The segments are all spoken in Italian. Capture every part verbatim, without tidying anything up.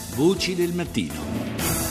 Voci del mattino.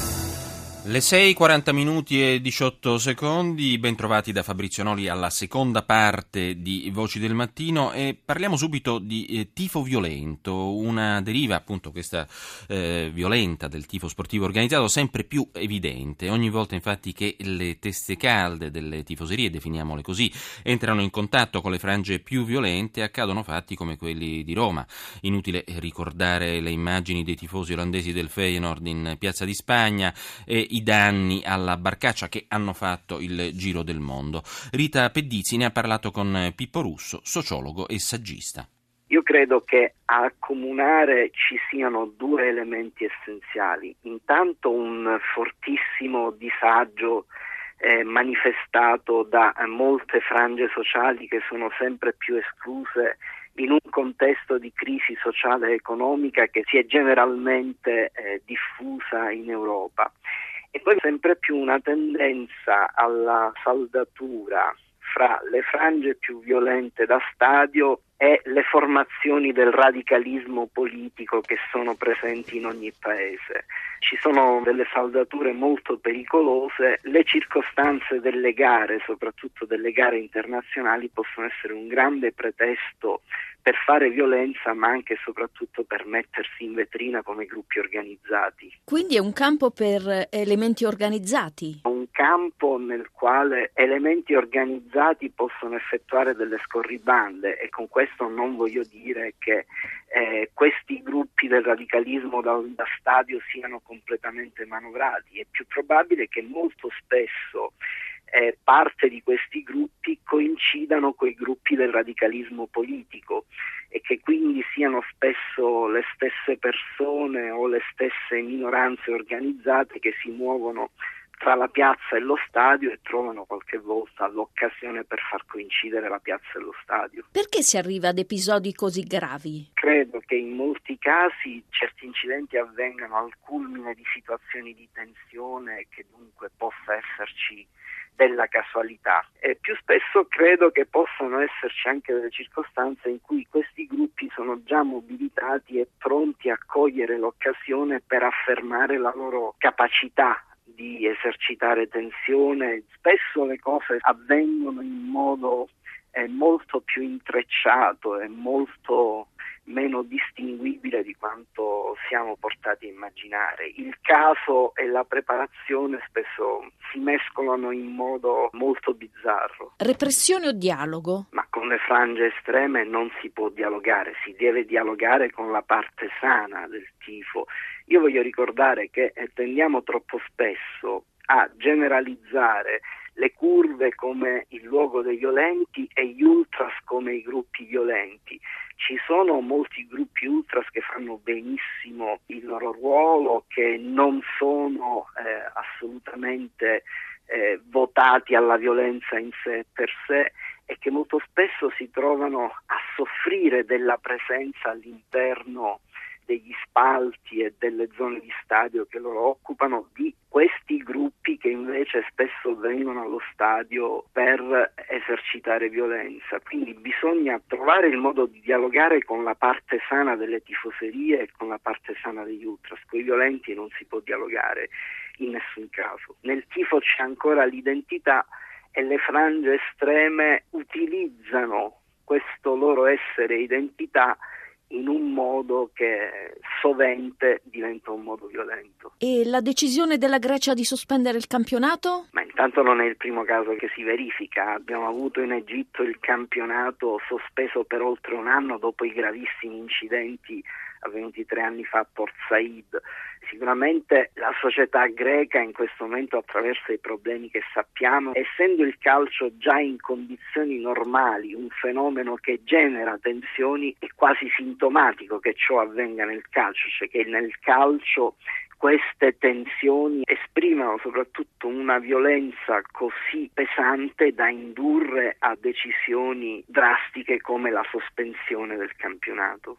Le sei, quaranta minuti e diciotto secondi, ben trovati da Fabrizio Noli alla seconda parte di Voci del Mattino e parliamo subito di eh, tifo violento, una deriva appunto questa eh, violenta del tifo sportivo organizzato sempre più evidente. Ogni volta infatti che le teste calde delle tifoserie, definiamole così, entrano in contatto con le frange più violente accadono fatti come quelli di Roma. Inutile ricordare le immagini dei tifosi olandesi del Feyenoord in Piazza di Spagna e i danni alla barcaccia che hanno fatto il giro del mondo. Rita Pedizzi ne ha parlato con Pippo Russo, sociologo e saggista. Io credo che a accomunare ci siano due elementi essenziali. Intanto un fortissimo disagio eh, manifestato da molte frange sociali che sono sempre più escluse in un contesto di crisi sociale e economica che si è generalmente eh, diffusa in Europa. E poi sempre più una tendenza alla saldatura fra le frange più violente da stadio e le formazioni del radicalismo politico che sono presenti in ogni paese. Ci sono delle saldature molto pericolose, le circostanze delle gare, soprattutto delle gare internazionali, possono essere un grande pretesto per fare violenza, ma anche e soprattutto per mettersi in vetrina come gruppi organizzati. Quindi è un campo per elementi organizzati? Un campo nel quale elementi organizzati possono effettuare delle scorribande, e con questo non voglio dire che eh, questi gruppi del radicalismo da, da stadio siano completamente manovrati. È più probabile che molto spesso Eh, parte di questi gruppi coincidano con i gruppi del radicalismo politico e che quindi siano spesso le stesse persone o le stesse minoranze organizzate che si muovono tra la piazza e lo stadio e trovano qualche volta l'occasione per far coincidere la piazza e lo stadio. Perché si arriva ad episodi così gravi? Credo che in molti casi certi incidenti avvengano al culmine di situazioni di tensione e che dunque possa esserci della casualità. E più spesso credo che possano esserci anche delle circostanze in cui questi gruppi sono già mobilitati e pronti a cogliere l'occasione per affermare la loro capacità di esercitare tensione. Spesso le cose avvengono in modo eh, molto più intrecciato e molto meno distinguibile di quanto siamo portati a immaginare. Il caso e la preparazione spesso si mescolano in modo molto bizzarro. Repressione o dialogo? Ma con le frange estreme non si può dialogare, si deve dialogare con la parte sana del tifo. Io voglio ricordare che tendiamo troppo spesso a generalizzare le curve come il luogo dei violenti e gli ultras come i gruppi violenti. Ci sono molti gruppi ultras che fanno benissimo il loro ruolo, che non sono eh, assolutamente eh, votati alla violenza in sé per sé e che molto spesso si trovano a soffrire della presenza all'interno degli spalti e delle zone di stadio che loro occupano di questi gruppi che invece spesso vengono allo stadio per esercitare violenza. Quindi bisogna trovare il modo di dialogare con la parte sana delle tifoserie e con la parte sana degli ultras. Con i violenti non si può dialogare in nessun caso. Nel tifo c'è ancora l'identità e le frange estreme utilizzano questo loro essere identità in un modo che sovente diventa un modo violento. E la decisione della Grecia di sospendere il campionato? Ma intanto non è il primo caso che si verifica. Abbiamo avuto in Egitto il campionato sospeso per oltre un anno dopo i gravissimi incidenti avvenuti tre anni fa a Port Said. Sicuramente la società greca in questo momento attraversa i problemi che sappiamo, essendo il calcio già in condizioni normali, un fenomeno che genera tensioni, è quasi sintomatico che ciò avvenga nel calcio, cioè che nel calcio queste tensioni esprimono soprattutto una violenza così pesante da indurre a decisioni drastiche come la sospensione del campionato.